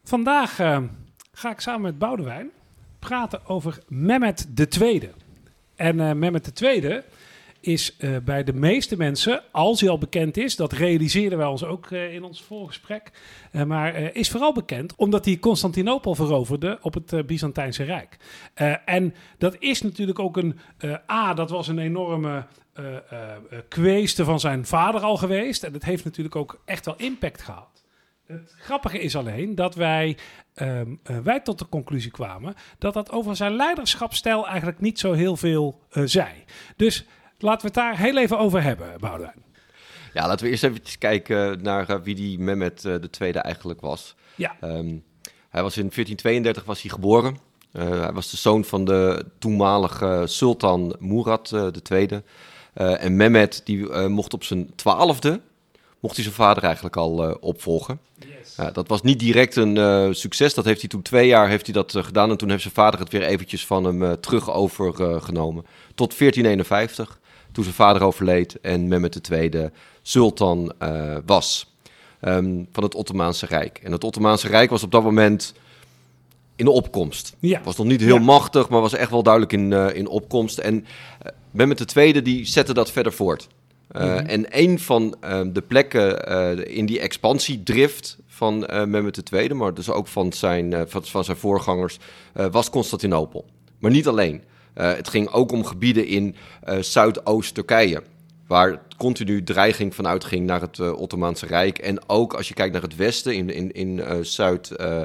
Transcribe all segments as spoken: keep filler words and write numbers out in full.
Vandaag uh, ga ik samen met Boudewijn praten over Mehmet de Tweede. En uh, Mehmet de Tweede is uh, bij de meeste mensen, als hij al bekend is, dat realiseerden wij ons ook uh, in ons voorgesprek, uh, maar uh, is vooral bekend omdat hij Constantinopel veroverde op het uh, Byzantijnse Rijk. Uh, en dat is natuurlijk ook een, uh, A, dat was een enorme uh, uh, uh, kweeste van zijn vader al geweest. En dat heeft natuurlijk ook echt wel impact gehad. Het grappige is alleen dat wij, um, uh, wij tot de conclusie kwamen dat dat over zijn leiderschapsstijl eigenlijk niet zo heel veel uh, zei. Dus laten we het daar heel even over hebben, Boudewijn. Ja, laten we eerst even kijken naar uh, wie die Mehmet uh, de Tweede eigenlijk was. Ja. Um, hij was in veertien tweeëndertig was hij geboren. Uh, hij was de zoon van de toenmalige sultan Murad uh, de Tweede. Uh, en Mehmet die uh, mocht op zijn twaalfde, mocht hij zijn vader eigenlijk al uh, opvolgen. Yes. Uh, dat was niet direct een uh, succes. Dat heeft hij toen twee jaar heeft hij dat, uh, gedaan. En toen heeft zijn vader het weer eventjes van hem uh, terug overgenomen. Uh, Tot veertien eenenvijftig, toen zijn vader overleed en Mehmet de Tweede sultan uh, was. Um, van het Ottomaanse Rijk. En het Ottomaanse Rijk was op dat moment in de opkomst. Ja. Was nog niet heel Ja. machtig, maar was echt wel duidelijk in, uh, in opkomst. En uh, Mehmet de Tweede die zette dat verder voort. Uh, mm-hmm. En een van uh, de plekken uh, in die expansiedrift van uh, Mehmet de Tweede, maar dus ook van zijn, uh, van, van zijn voorgangers, uh, was Constantinopel. Maar niet alleen. Uh, het ging ook om gebieden in uh, Zuidoost-Turkije, waar continu dreiging vanuit ging naar het uh, Ottomaanse Rijk. En ook als je kijkt naar het westen, in, in, in uh, Zuid, uh,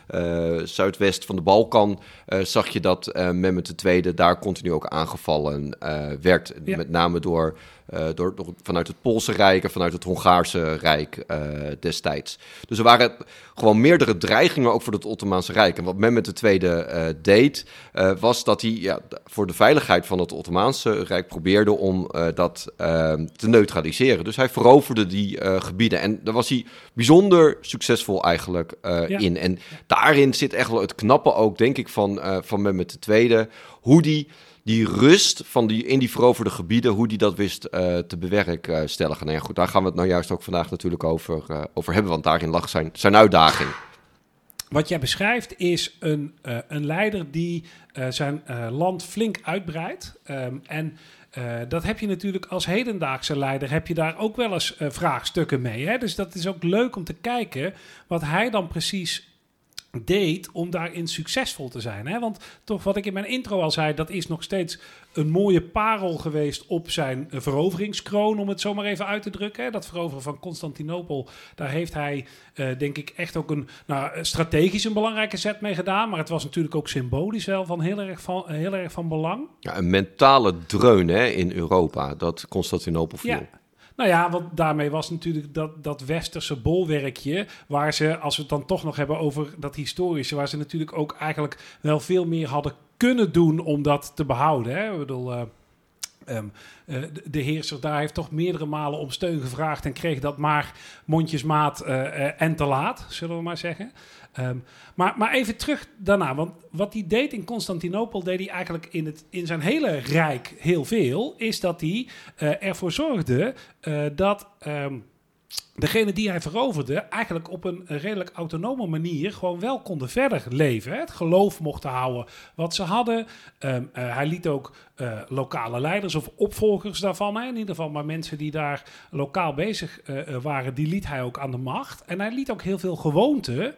uh, Zuidwest van de Balkan, uh, zag je dat uh, Mehmet de Tweede daar continu ook aangevallen uh, werd. Ja. Met name door, uh, door, door vanuit het Poolse Rijk en vanuit het Hongaarse Rijk uh, destijds. Dus er waren gewoon meerdere dreigingen ook voor het Ottomaanse Rijk. En wat Mehmet de Tweede uh, deed, uh, was dat hij ja, voor de veiligheid van het Ottomaanse Rijk probeerde om uh, dat uh, te neutraliseren. Dus hij veroverde die uh, gebieden. En daar was hij bijzonder succesvol eigenlijk uh, ja. in. En ja. daarin zit echt wel het knappe ook, denk ik, van, uh, van Mehmet de Tweede. Hoe die die rust van die, in die veroverde gebieden, hoe die dat wist uh, te bewerkstelligen. Nou ja, goed, daar gaan we het nou juist ook vandaag natuurlijk over, uh, over hebben, want daarin lag zijn, zijn uitdaging. Wat jij beschrijft is een, uh, een leider die uh, zijn uh, land flink uitbreidt. Um, en uh, dat heb je natuurlijk als hedendaagse leider, heb je daar ook wel eens uh, vraagstukken mee. Hè? Dus dat is ook leuk om te kijken wat hij dan precies deed om daarin succesvol te zijn. Hè? Want toch wat ik in mijn intro al zei, dat is nog steeds een mooie parel geweest op zijn uh, veroveringskroon, om het zo maar even uit te drukken. Hè? Dat veroveren van Constantinopel, daar heeft hij uh, denk ik echt ook een nou, strategisch een belangrijke zet mee gedaan, maar het was natuurlijk ook symbolisch wel van heel erg van, uh, heel erg van belang. Ja, een mentale dreun hè, in Europa, dat Constantinopel viel. Ja. Nou ja, want daarmee was natuurlijk dat, dat westerse bolwerkje, waar ze, als we het dan toch nog hebben over dat historische, waar ze natuurlijk ook eigenlijk wel veel meer hadden kunnen doen om dat te behouden. Hè? Ik bedoel, uh, um, uh, de heerser daar heeft toch meerdere malen om steun gevraagd en kreeg dat maar mondjesmaat uh, uh, en te laat, zullen we maar zeggen. Um, maar, maar even terug daarna, want wat hij deed in Constantinopel, deed hij eigenlijk in, het, in zijn hele rijk heel veel, is dat hij uh, ervoor zorgde uh, dat um, degene die hij veroverde eigenlijk op een redelijk autonome manier gewoon wel konden verder leven. Hè? Het geloof mochten houden wat ze hadden. Um, uh, hij liet ook uh, lokale leiders of opvolgers daarvan, hè? In ieder geval maar mensen die daar lokaal bezig uh, waren, die liet hij ook aan de macht. En hij liet ook heel veel gewoonten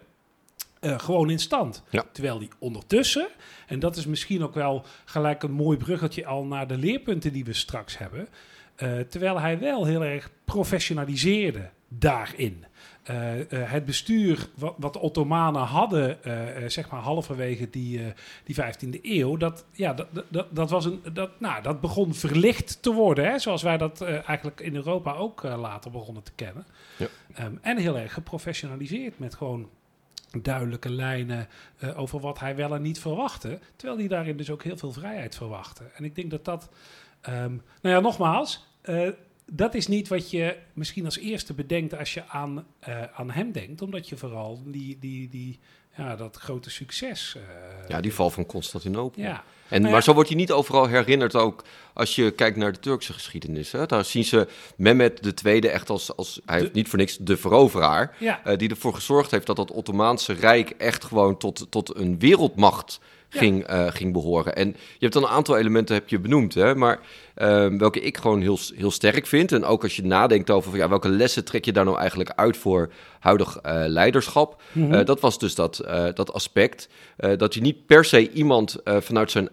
Uh, gewoon in stand. Ja. Terwijl die ondertussen, en dat is misschien ook wel gelijk een mooi bruggetje al naar de leerpunten die we straks hebben, uh, terwijl hij wel heel erg professionaliseerde daarin. Uh, uh, het bestuur wat, wat de Ottomanen hadden, uh, uh, zeg maar halverwege die, uh, die vijftiende eeuw, dat, ja, dat, dat, dat, was een, dat, nou, dat begon verlicht te worden, hè, zoals wij dat uh, eigenlijk in Europa ook uh, later begonnen te kennen. Ja. Um, en heel erg geprofessionaliseerd met gewoon duidelijke lijnen uh, over wat hij wel en niet verwachtte. Terwijl hij daarin dus ook heel veel vrijheid verwachtte. En ik denk dat dat... Um, nou ja, nogmaals, uh, dat is niet wat je misschien als eerste bedenkt als je aan, uh, aan hem denkt. Omdat je vooral die, die, die, ja, dat grote succes... Uh, ja, die val van Constantinopel. Ja. En, maar, maar ja, zo wordt hij niet overal herinnerd ook als je kijkt naar de Turkse geschiedenis. Hè? Daar zien ze Mehmet de Tweede echt als, als hij de, heeft niet voor niks de veroveraar. Ja. Uh, die ervoor gezorgd heeft dat dat Ottomaanse Rijk echt gewoon tot, tot een wereldmacht ging, ja. uh, ging behoren. En je hebt dan een aantal elementen heb je benoemd, hè? Maar uh, welke ik gewoon heel, heel sterk vind. En ook als je nadenkt over ja, welke lessen trek je daar nou eigenlijk uit voor huidig uh, leiderschap. Mm-hmm. Uh, dat was dus dat, uh, dat aspect. Uh, dat je niet per se iemand uh, vanuit zijn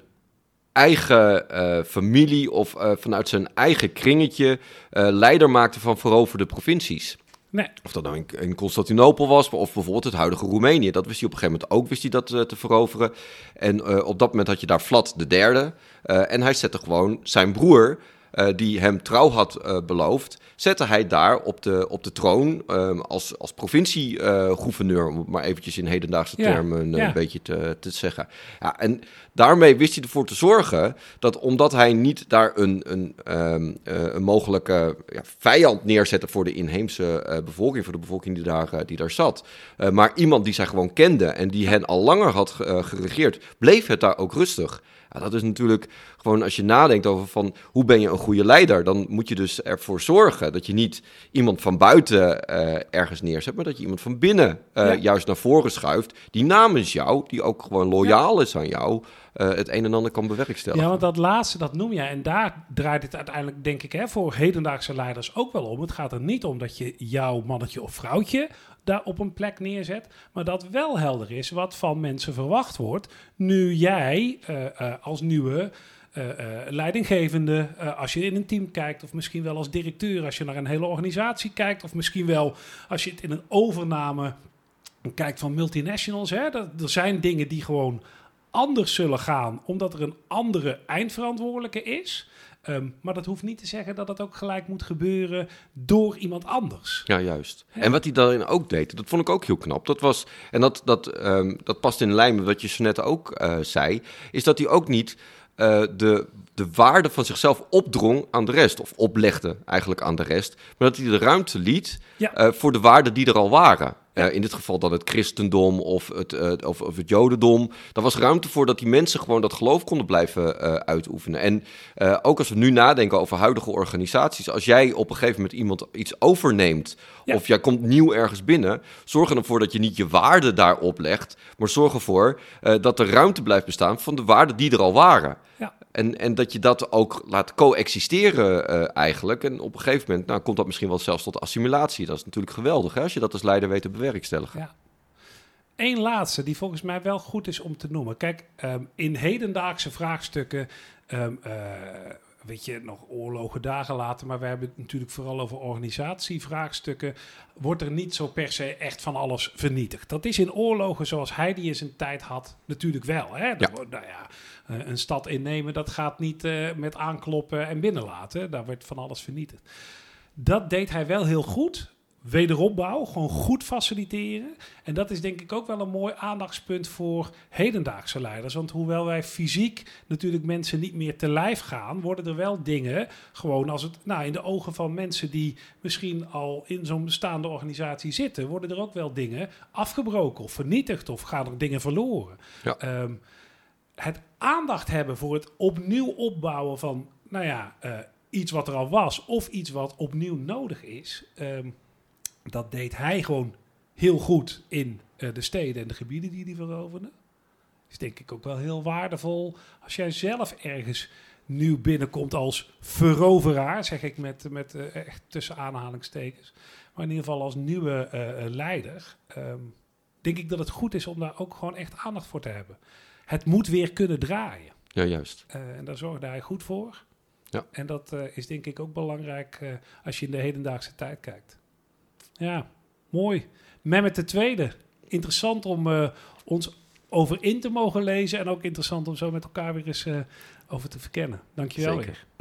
eigen uh, familie of uh, vanuit zijn eigen kringetje uh, leider maakte van veroverde provincies. Nee. Of dat nou in, in Constantinopel was, of bijvoorbeeld het huidige Roemenië. Dat wist hij op een gegeven moment ook, wist hij dat uh, te veroveren. En uh, op dat moment had je daar Vlad de derde. Uh, en hij zette gewoon zijn broer, uh, die hem trouw had uh, beloofd, zette hij daar op de, op de troon um, als, als provincie-gouverneur, uh, om het maar eventjes in hedendaagse ja, termen uh, ja. een beetje te, te zeggen. Ja, en daarmee wist hij ervoor te zorgen dat omdat hij niet daar een, een, um, uh, een mogelijke ja, vijand neerzette voor de inheemse uh, bevolking, voor de bevolking die daar, uh, die daar zat, uh, maar iemand die zij gewoon kende en die hen al langer had uh, geregeerd, bleef het daar ook rustig. Ja, dat is natuurlijk gewoon als je nadenkt over van hoe ben je een goede leider, dan moet je dus ervoor zorgen dat je niet iemand van buiten uh, ergens neerzet, maar dat je iemand van binnen uh, ja. juist naar voren schuift, die namens jou, die ook gewoon loyaal ja. is aan jou, uh, het een en ander kan bewerkstelligen. Ja, want dat laatste, dat noem jij, en daar draait het uiteindelijk, denk ik, hè, voor hedendaagse leiders ook wel om. Het gaat er niet om dat je jouw mannetje of vrouwtje daar op een plek neerzet, maar dat wel helder is wat van mensen verwacht wordt, nu jij uh, uh, als nieuwe uh, uh, leidinggevende, uh, als je in een team kijkt, of misschien wel als directeur, als je naar een hele organisatie kijkt, of misschien wel als je het in een overname kijkt van multinationals, hè, dat, er zijn dingen die gewoon anders zullen gaan, omdat er een andere eindverantwoordelijke is. Um, maar dat hoeft niet te zeggen dat het ook gelijk moet gebeuren door iemand anders. Ja, juist. Ja. En wat hij daarin ook deed, dat vond ik ook heel knap. Dat was, en dat, dat, um, dat past in lijn met wat je zo net ook uh, zei, is dat hij ook niet uh, de, de waarde van zichzelf opdrong aan de rest, of oplegde eigenlijk aan de rest, maar dat hij de ruimte liet ja. uh, voor de waarden die er al waren. Uh, in dit geval dan het christendom of het, uh, of, of het jodendom. Daar was ruimte voor dat die mensen gewoon dat geloof konden blijven uh, uitoefenen. En uh, ook als we nu nadenken over huidige organisaties, als jij op een gegeven moment iemand iets overneemt, ja. of jij komt nieuw ergens binnen, zorg ervoor dat je niet je waarden daar oplegt, maar zorg ervoor uh, dat er ruimte blijft bestaan van de waarden die er al waren. Ja. En, en dat je dat ook laat coexisteren uh, eigenlijk. En op een gegeven moment nou, komt dat misschien wel zelfs tot assimilatie. Dat is natuurlijk geweldig, hè, als je dat als leider weet te bewerkstelligen. Ja. Eén laatste die volgens mij wel goed is om te noemen. Kijk, um, in hedendaagse vraagstukken, um, uh, weet je, nog oorlogen dagen later, maar we hebben het natuurlijk vooral over organisatievraagstukken, wordt er niet zo per se echt van alles vernietigd. Dat is in oorlogen zoals hij die in zijn tijd had natuurlijk wel. Hè? Ja. Nou ja, een stad innemen, dat gaat niet uh, met aankloppen en binnenlaten. Daar wordt van alles vernietigd. Dat deed hij wel heel goed. Wederopbouw, gewoon goed faciliteren. En dat is denk ik ook wel een mooi aandachtspunt voor hedendaagse leiders. Want hoewel wij fysiek natuurlijk mensen niet meer te lijf gaan, worden er wel dingen, gewoon als het, nou in de ogen van mensen die misschien al in zo'n bestaande organisatie zitten, worden er ook wel dingen afgebroken of vernietigd of gaan er dingen verloren. Ja. Um, het aandacht hebben voor het opnieuw opbouwen van, nou ja, uh, iets wat er al was of iets wat opnieuw nodig is, um, dat deed hij gewoon heel goed in uh, de steden en de gebieden die hij veroverde. Is denk ik ook wel heel waardevol als jij zelf ergens nieuw binnenkomt als veroveraar, zeg ik met, met uh, echt tussen aanhalingstekens. Maar in ieder geval als nieuwe uh, leider, um, denk ik dat het goed is om daar ook gewoon echt aandacht voor te hebben. Het moet weer kunnen draaien. Ja, juist. Uh, en daar zorgde hij goed voor. Ja. En dat uh, is denk ik ook belangrijk uh, als je in de hedendaagse tijd kijkt. Ja, mooi. Mehmet de Tweede. Interessant om uh, ons over in te mogen lezen en ook interessant om zo met elkaar weer eens uh, over te verkennen. Dankjewel. Zeker. Weer.